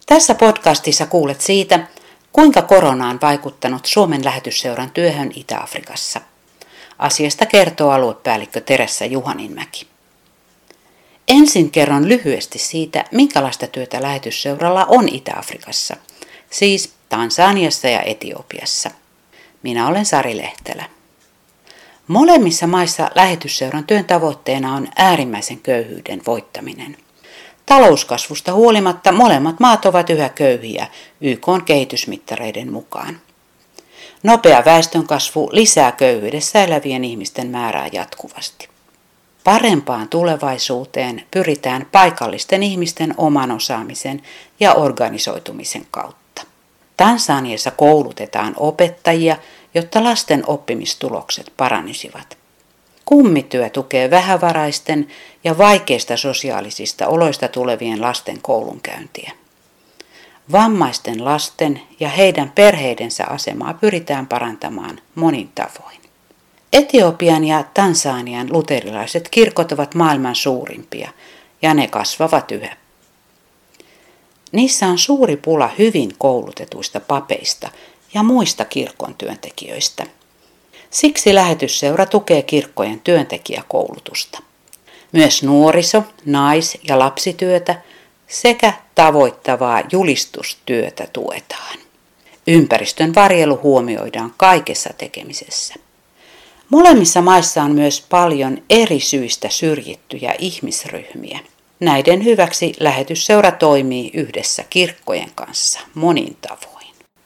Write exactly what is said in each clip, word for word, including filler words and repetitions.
Tässä podcastissa kuulet siitä, kuinka korona on vaikuttanut Suomen lähetysseuran työhön Itä-Afrikassa. Asiasta kertoo aluepäällikkö Teressa Juhaninmäki. Ensin kerron lyhyesti siitä, minkälaista työtä lähetysseuralla on Itä-Afrikassa, siis Tansaniassa ja Etiopiassa. Minä olen Sari Lehtelä. Molemmissa maissa lähetysseuran työn tavoitteena on äärimmäisen köyhyyden voittaminen. Talouskasvusta huolimatta molemmat maat ovat yhä köyhiä Y K:n kehitysmittareiden mukaan. Nopea väestönkasvu lisää köyhyydessä elävien ihmisten määrää jatkuvasti. Parempaan tulevaisuuteen pyritään paikallisten ihmisten oman osaamisen ja organisoitumisen kautta. Tansaniassa koulutetaan opettajia, jotta lasten oppimistulokset paranisivat. Kummityö tukee vähävaraisten ja vaikeista sosiaalisista oloista tulevien lasten koulunkäyntiä. Vammaisten lasten ja heidän perheidensä asemaa pyritään parantamaan monin tavoin. Etiopian ja Tansanian luterilaiset kirkot ovat maailman suurimpia ja ne kasvavat yhä. Niissä on suuri pula hyvin koulutetuista papeista ja muista kirkon työntekijöistä. Siksi lähetysseura tukee kirkkojen työntekijäkoulutusta. Myös nuoriso-, nais- ja lapsityötä sekä tavoittavaa julistustyötä tuetaan. Ympäristön varjelu huomioidaan kaikessa tekemisessä. Molemmissa maissa on myös paljon eri syistä syrjittyjä ihmisryhmiä. Näiden hyväksi lähetysseura toimii yhdessä kirkkojen kanssa monin tavoin.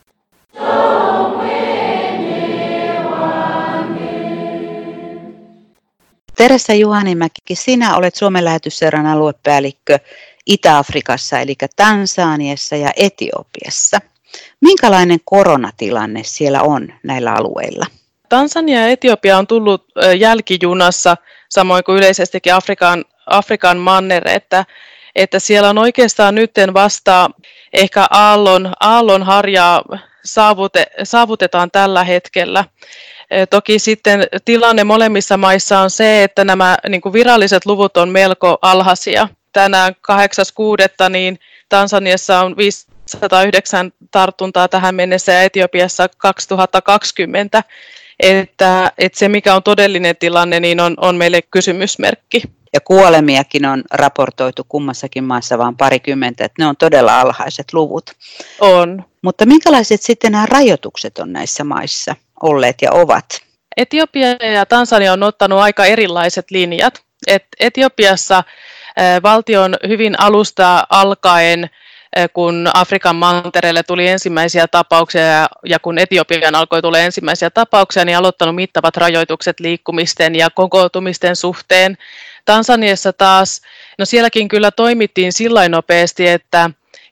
Teressa Juhaninmäki, sinä olet Suomen lähetysseuran aluepäällikkö Itä-Afrikassa, eli Tansaniassa ja Etiopiassa. Minkälainen koronatilanne siellä on näillä alueilla? Tansania ja Etiopia on tullut jälkijunassa, samoin kuin yleisestikin Afrikan, Afrikan manner, että, että siellä on oikeastaan nyt vasta ehkä aallon, aallon harjaa saavute, saavutetaan tällä hetkellä. Toki sitten tilanne molemmissa maissa on se, että nämä niin kuin viralliset luvut on melko alhaisia. Tänään kahdeksas kuudetta niin Tansaniassa on viisisataayhdeksän tartuntaa tähän mennessä ja Etiopiassa kaksituhattakaksikymmentä. Että, että se mikä on todellinen tilanne niin on, on meille kysymysmerkki. Ja kuolemiakin on raportoitu kummassakin maassa vain parikymmentä, että ne on todella alhaiset luvut. On. Mutta minkälaiset sitten nämä rajoitukset on näissä maissa olleet ja ovat? Etiopia ja Tansania on ottanut aika erilaiset linjat. Et Etiopiassa valtio on hyvin alusta alkaen, kun Afrikan mantereelle tuli ensimmäisiä tapauksia ja, ja kun Etiopian alkoi tulla ensimmäisiä tapauksia, niin aloittanut mittavat rajoitukset liikkumisten ja kokoontumisten suhteen. Tansaniassa taas, no sielläkin kyllä toimittiin sillain nopeasti, että,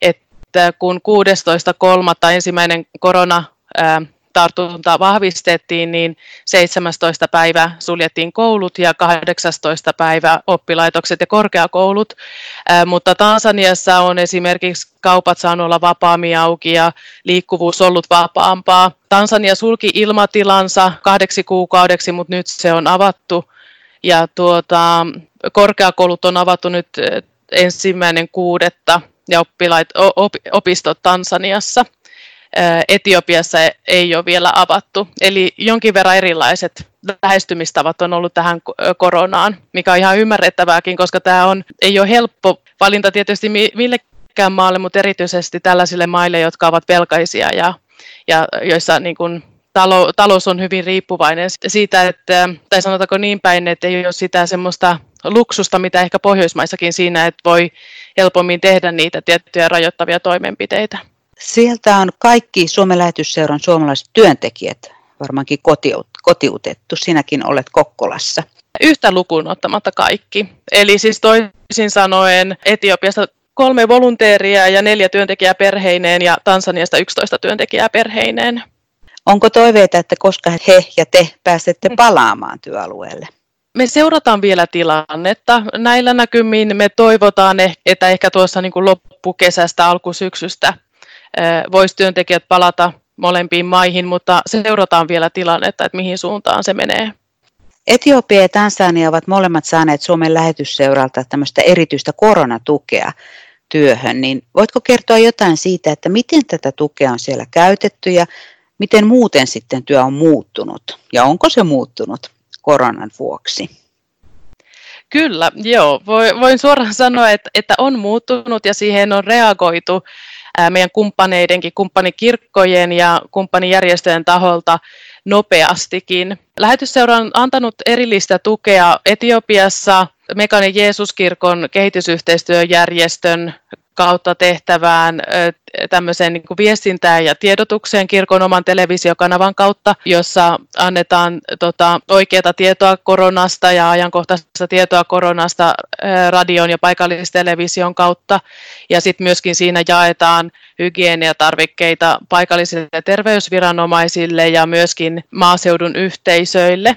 että kun kuudestoista kolmatta ensimmäinen korona ää, tartunta vahvistettiin, niin seitsemästoista päivä suljettiin koulut ja kahdeksastoista päivä oppilaitokset ja korkeakoulut, Ää, mutta Tansaniassa on esimerkiksi kaupat saanut olla vapaammin auki ja liikkuvuus ollut vapaampaa. Tansania sulki ilmatilansa kahdeksi kuukaudeksi, mutta nyt se on avattu ja tuota, korkeakoulut on avattu nyt ensimmäinen kuudetta ja oppilait, op, opistot Tansaniassa. Etiopiassa ei ole vielä avattu. Eli jonkin verran erilaiset lähestymistavat on ollut tähän koronaan, mikä on ihan ymmärrettävääkin, koska tämä on, ei ole helppo valinta tietysti millekään maalle, mutta erityisesti tällaisille maille, jotka ovat velkaisia ja, ja joissa niin kuin talo, talous on hyvin riippuvainen siitä, että, tai sanotaanko niin päin, että ei ole sitä semmoista luksusta, mitä ehkä Pohjoismaissakin siinä, että voi helpommin tehdä niitä tiettyjä rajoittavia toimenpiteitä. Sieltä on kaikki Suomen lähetysseuran suomalaiset työntekijät varmaankin kotiutettu. Sinäkin olet Kokkolassa. Yhtä lukuun ottamatta kaikki. Eli siis toisin sanoen Etiopiasta kolme volunteeria ja neljä työntekijää perheineen ja Tansaniasta yksitoista työntekijää perheineen. Onko toiveita, että koska he ja te pääsette palaamaan työalueelle? Me seurataan vielä tilannetta. Näillä näkymin me toivotaan, että ehkä tuossa niin kuin loppukesästä, alkusyksystä voisi työntekijät palata molempiin maihin, mutta seurataan vielä tilannetta, että mihin suuntaan se menee. Etiopia ja Tansania ovat molemmat saaneet Suomen lähetysseuralta tämmöistä erityistä koronatukea. työhön, niin voitko kertoa jotain siitä, että miten tätä tukea on siellä käytetty ja miten muuten sitten työ on muuttunut ja onko se muuttunut koronan vuoksi? Kyllä, joo. Voin suoraan sanoa, että, että on muuttunut ja siihen on reagoitu meidän kumppaneidenkin, kumppanikirkkojen ja kumppanijärjestöjen taholta nopeastikin. Lähetysseura on antanut erillistä tukea Etiopiassa Mekaane Jeesuskirkon kehitysyhteistyöjärjestön kautta tehtävään tämmöiseen niin kuin viestintään ja tiedotukseen kirkon oman televisiokanavan kautta, jossa annetaan tota, oikeaa tietoa koronasta ja ajankohtaista tietoa koronasta radion ja paikallistelevision kautta. Ja sitten myöskin siinä jaetaan hygieniatarvikkeita paikallisille terveysviranomaisille ja myöskin maaseudun yhteisöille.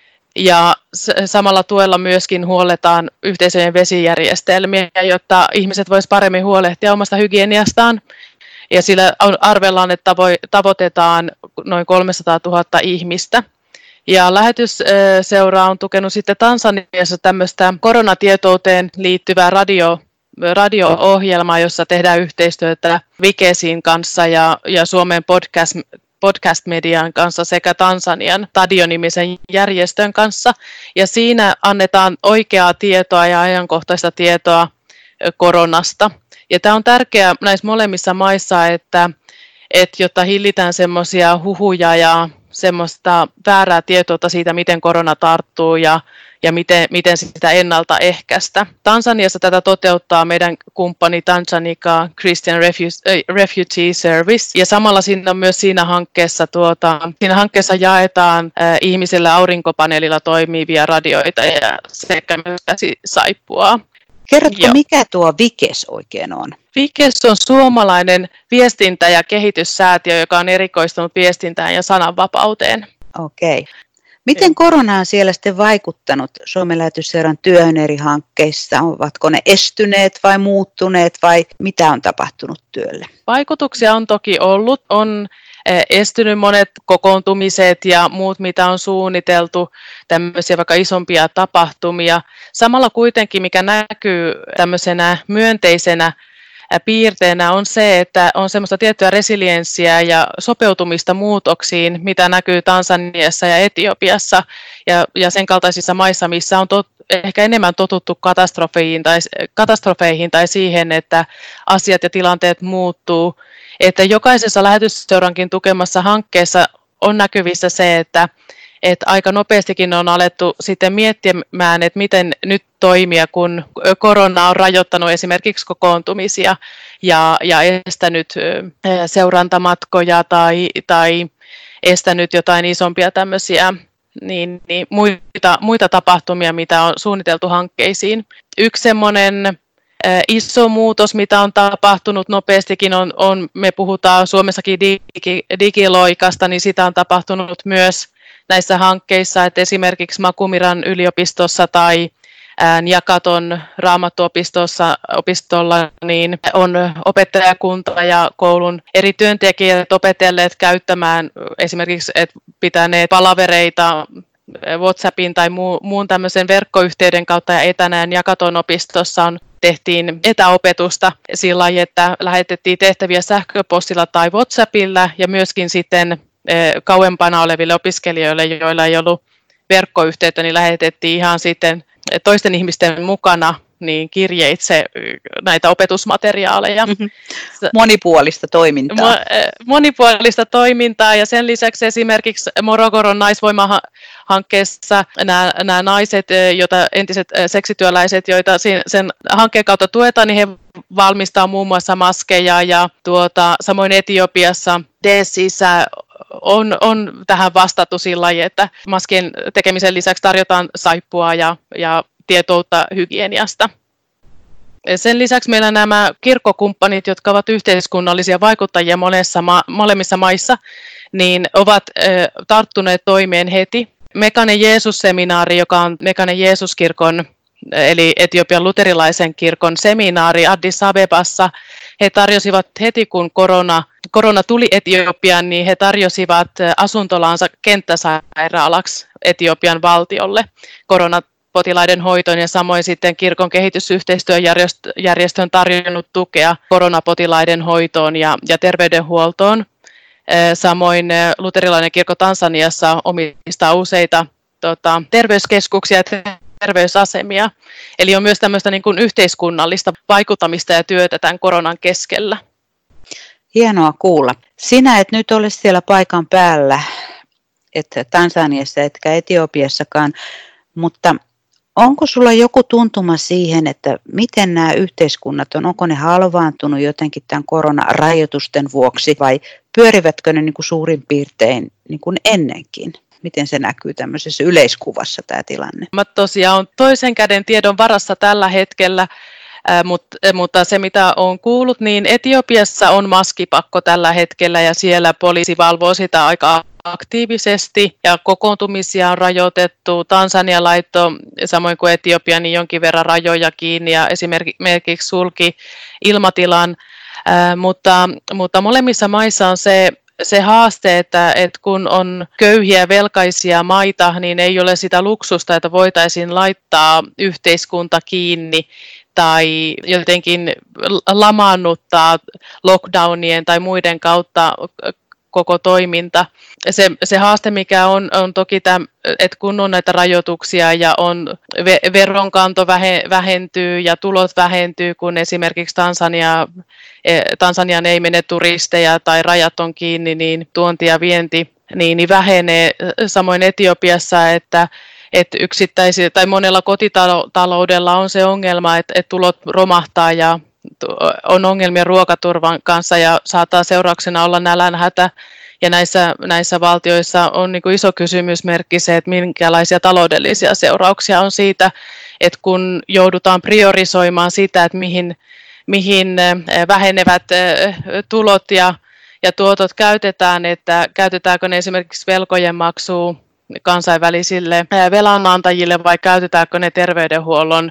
Ja samalla tuella myöskin huolletaan yhteisöjen vesijärjestelmiä, jotta ihmiset voisivat paremmin huolehtia omasta hygieniastaan. Ja sillä arvellaan, että tavoitetaan noin kolmesataatuhatta ihmistä. Ja lähetysseura on tukenut sitten Tansaniassa tämmöistä koronatietouteen liittyvää radio, radio-ohjelmaa, jossa tehdään yhteistyötä Vikesin kanssa ja, ja Suomen podcast podcast-median kanssa sekä Tansanian Tadio-nimisen järjestön kanssa. Ja siinä annetaan oikeaa tietoa ja ajankohtaista tietoa koronasta. Ja tämä on tärkeää näissä molemmissa maissa, että, että jotta hillitään semmoisia huhuja ja semmoista väärää tietoa siitä, miten korona tarttuu ja, ja miten, miten sitä ennaltaehkäistä. Tansaniassa tätä toteuttaa meidän kumppani Tanganyika Christian Refugee Service. Ja samalla siinä on myös siinä hankkeessa, tuota, siinä hankkeessa jaetaan äh, ihmisille aurinkopaneelilla toimivia radioita ja sekä myös käsisaippua. Kerrotko, Joo. mikä tuo Vikes oikein on? Vikes on suomalainen viestintä- ja kehityssäätiö, joka on erikoistunut viestintään ja sananvapauteen. Okei. Miten korona on siellä sitten vaikuttanut Suomen Lähetysseuran työhön eri hankkeissa? Ovatko ne estyneet vai muuttuneet vai mitä on tapahtunut työlle? Vaikutuksia on toki ollut. On estynyt monet kokoontumiset ja muut, mitä on suunniteltu, tämmöisiä vaikka isompia tapahtumia. Samalla kuitenkin, mikä näkyy tämmöisenä myönteisenä piirteenä on se, että on semmoista tiettyä resilienssiä ja sopeutumista muutoksiin, mitä näkyy Tansaniassa ja Etiopiassa ja, ja sen kaltaisissa maissa, missä on tot, ehkä enemmän totuttu katastrofeihin tai, katastrofeihin tai siihen, että asiat ja tilanteet muuttuu. Että jokaisessa lähetysseurankin tukemassa hankkeessa on näkyvissä se, että että aika nopeastikin on alettu sitten miettimään, että miten nyt toimia, kun korona on rajoittanut esimerkiksi kokoontumisia ja, ja estänyt seurantamatkoja tai, tai estänyt jotain isompia tämmöisiä niin, niin muita, muita tapahtumia, mitä on suunniteltu hankkeisiin. Yksi semmoinen iso muutos, mitä on tapahtunut nopeastikin, on, on me puhutaan Suomessakin digi, digiloikasta, niin sitä on tapahtunut myös näissä hankkeissa, että esimerkiksi Makumiran yliopistossa tai Njakaton raamattuopistossa opistolla niin on opettajakunta ja koulun eri työntekijät opetelleet käyttämään esimerkiksi, että pitäneet palavereita WhatsAppin tai muun tämmöisen verkkoyhteyden kautta ja etänä. Njakaton opistossa on tehtiin etäopetusta sillä lailla, että lähetettiin tehtäviä sähköpostilla tai WhatsAppilla ja myöskin sitten kauempana oleville opiskelijoille, joilla ei ollut verkkoyhteyttä, niin lähetettiin ihan sitten toisten ihmisten mukana niin kirjeitse näitä opetusmateriaaleja. Mm-hmm. Monipuolista toimintaa. Monipuolista toimintaa ja sen lisäksi esimerkiksi Morogoron naisvoimahankkeessa nämä, nämä naiset, joita entiset seksityöläiset, joita sen hankkeen kautta tuetaan, niin he valmistaa muun muassa maskeja ja tuota, samoin Etiopiassa Desissä on, on tähän vastattu sillä lailla, että maskien tekemisen lisäksi tarjotaan saippua ja, ja tietoutta hygieniasta. Sen lisäksi meillä nämä kirkkokumppanit, jotka ovat yhteiskunnallisia vaikuttajia monessa ma- molemmissa maissa, niin ovat äh, tarttuneet toimeen heti. Mekaane Jeesus-seminaari, joka on Mekaane Jeesuskirkon eli Etiopian luterilaisen kirkon seminaari Addis Abebassa, he tarjosivat heti kun korona, korona tuli Etiopiaan, niin he tarjosivat asuntolaansa kenttäsairaalaksi Etiopian valtiolle koronapotilaiden koronapotilaiden hoitoon ja samoin sitten kirkon kehitysyhteistyöjärjestö on tarjonnut tukea koronapotilaiden hoitoon ja, ja terveydenhuoltoon. Samoin luterilainen kirkko Tansaniassa omistaa useita tota, terveyskeskuksia ja terveysasemia. Eli on myös tämmöistä niin kuin yhteiskunnallista vaikuttamista ja työtä tämän koronan keskellä. Hienoa kuulla. Sinä et nyt ole siellä paikan päällä, että Tansaniassa etkä Etiopiassakaan, mutta onko sulla joku tuntuma siihen, että miten nämä yhteiskunnat on, onko ne halvaantunut jotenkin tämän koronarajoitusten vuoksi vai pyörivätkö ne niin kuin suurin piirtein niin kuin ennenkin? Miten se näkyy tämmöisessä yleiskuvassa tämä tilanne? Mä tosiaan on toisen käden tiedon varassa tällä hetkellä, äh, mutta, mutta se mitä olen kuullut, niin Etiopiassa on maskipakko tällä hetkellä ja siellä poliisi valvoo sitä aika aktiivisesti ja kokoontumisia on rajoitettu. Tansania laittoi samoin kuin Etiopia niin jonkin verran rajoja kiinni ja esimerkiksi sulki ilmatilan, äh, mutta, mutta molemmissa maissa on se Se haaste, että, että kun on köyhiä velkaisia maita, niin ei ole sitä luksusta, että voitaisiin laittaa yhteiskunta kiinni tai jotenkin lamaannuttaa lockdownien tai muiden kautta koko toiminta. Se, se haaste, mikä on, on toki tämä, että kun on näitä rajoituksia ja on veronkanto vähentyy ja tulot vähentyy, kun esimerkiksi Tansania, Tansaniaan ei mene turisteja tai rajat on kiinni, niin tuonti ja vienti niin, niin vähenee. Samoin Etiopiassa, että että yksittäisillä tai monella kotitaloudella on se ongelma, että, että tulot romahtaa ja on ongelmia ruokaturvan kanssa ja saattaa seurauksena olla nälänhätä. Ja näissä, näissä valtioissa on niin kuin iso kysymysmerkki se, että minkälaisia taloudellisia seurauksia on siitä, että kun joudutaan priorisoimaan sitä, että mihin, mihin vähenevät tulot ja, ja tuotot käytetään, että käytetäänkö ne esimerkiksi velkojen maksuun kansainvälisille velanantajille vai käytetäänkö ne terveydenhuollon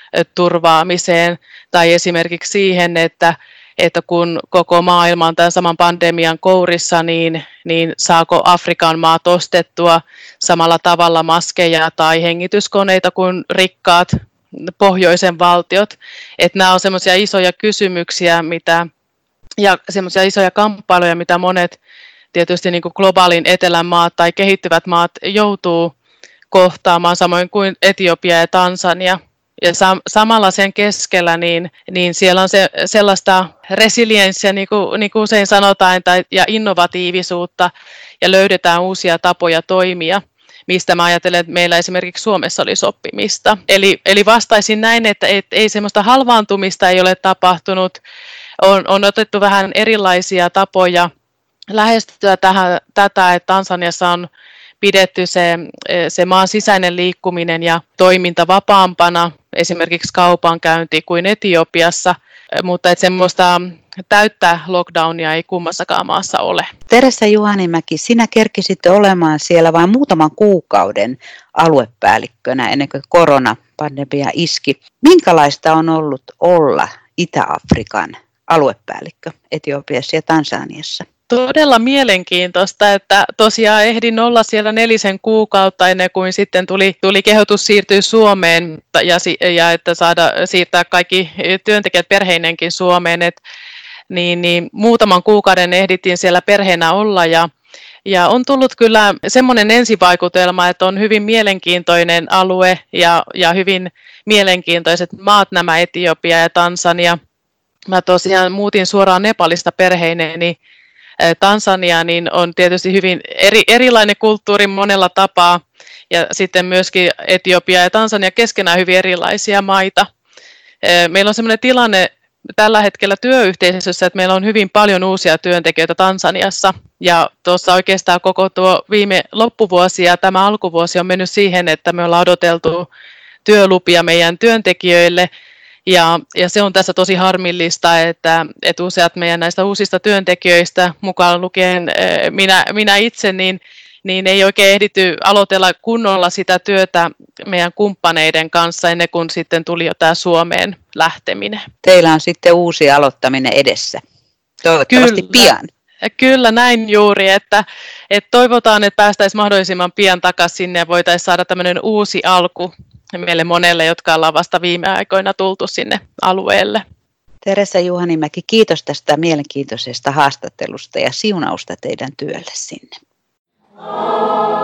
turvaamiseen tai esimerkiksi siihen, että, että kun koko maailma on tämän saman pandemian kourissa, niin, niin saako Afrikan maat ostettua samalla tavalla maskeja tai hengityskoneita kuin rikkaat pohjoisen valtiot. Että nämä on semmoisia isoja kysymyksiä mitä, ja semmoisia isoja kamppailuja, mitä monet tietysti niin kuin globaalin etelän maat tai kehittyvät maat joutuu kohtaamaan, samoin kuin Etiopia ja Tansania. Ja sam- samalla sen keskellä, niin, niin siellä on se, sellaista resilienssiä, niin kuin, niin kuin usein sanotaan, tai, ja innovatiivisuutta, ja löydetään uusia tapoja toimia, mistä mä ajattelen, että meillä esimerkiksi Suomessa olisi oppimista. Eli, eli vastaisin näin, että et, ei semmoista halvaantumista ei ole tapahtunut, on, on otettu vähän erilaisia tapoja lähestyä tähän, tätä, että Tansaniassa on pidetty se, se maan sisäinen liikkuminen ja toiminta vapaampana, esimerkiksi kaupankäynti kuin Etiopiassa, mutta että semmoista täyttä lockdownia ei kummassakaan maassa ole. Teressa Juhanimäki, sinä kerkisit olemaan siellä vain muutaman kuukauden aluepäällikkönä ennen kuin koronapandemia iski. Minkälaista on ollut olla Itä-Afrikan aluepäällikkö Etiopiassa ja Tansaniassa? Todella mielenkiintoista, että tosiaan ehdin olla siellä nelisen kuukautta ennen kuin sitten tuli, tuli kehotus siirtyä Suomeen ja, ja että saada siirtää kaikki työntekijät perheinenkin Suomeen. Et, niin, niin muutaman kuukauden ehdittiin siellä perheenä olla ja, ja on tullut kyllä semmoinen ensivaikutelma, että on hyvin mielenkiintoinen alue ja, ja hyvin mielenkiintoiset maat nämä Etiopia ja Tansania. Mä tosiaan muutin suoraan Nepalista perheineeni Tansania, niin on tietysti hyvin eri, erilainen kulttuuri monella tapaa ja sitten myöskin Etiopia ja Tansania keskenään hyvin erilaisia maita. Meillä on sellainen tilanne tällä hetkellä työyhteisössä, että meillä on hyvin paljon uusia työntekijöitä Tansaniassa ja tuossa oikeastaan koko tuo viime loppuvuosi ja tämä alkuvuosi on mennyt siihen, että me ollaan odoteltu työlupia meidän työntekijöille. Ja, ja se on tässä tosi harmillista, että, että useat meidän näistä uusista työntekijöistä, mukaan lukien minä, minä itse, niin, niin ei oikein ehditty aloitella kunnolla sitä työtä meidän kumppaneiden kanssa ennen kuin sitten tuli jo tämä Suomeen lähteminen. Teillä on sitten uusi aloittaminen edessä, toivottavasti Kyllä. pian. Kyllä näin juuri, että, että toivotaan, että päästäisiin mahdollisimman pian takaisin sinne ja voitaisiin saada tämmöinen uusi alku meille monelle, jotka ollaan vasta viime aikoina tultu sinne alueelle. Teresa Juhanimäki, kiitos tästä mielenkiintoisesta haastattelusta ja siunausta teidän työlle sinne.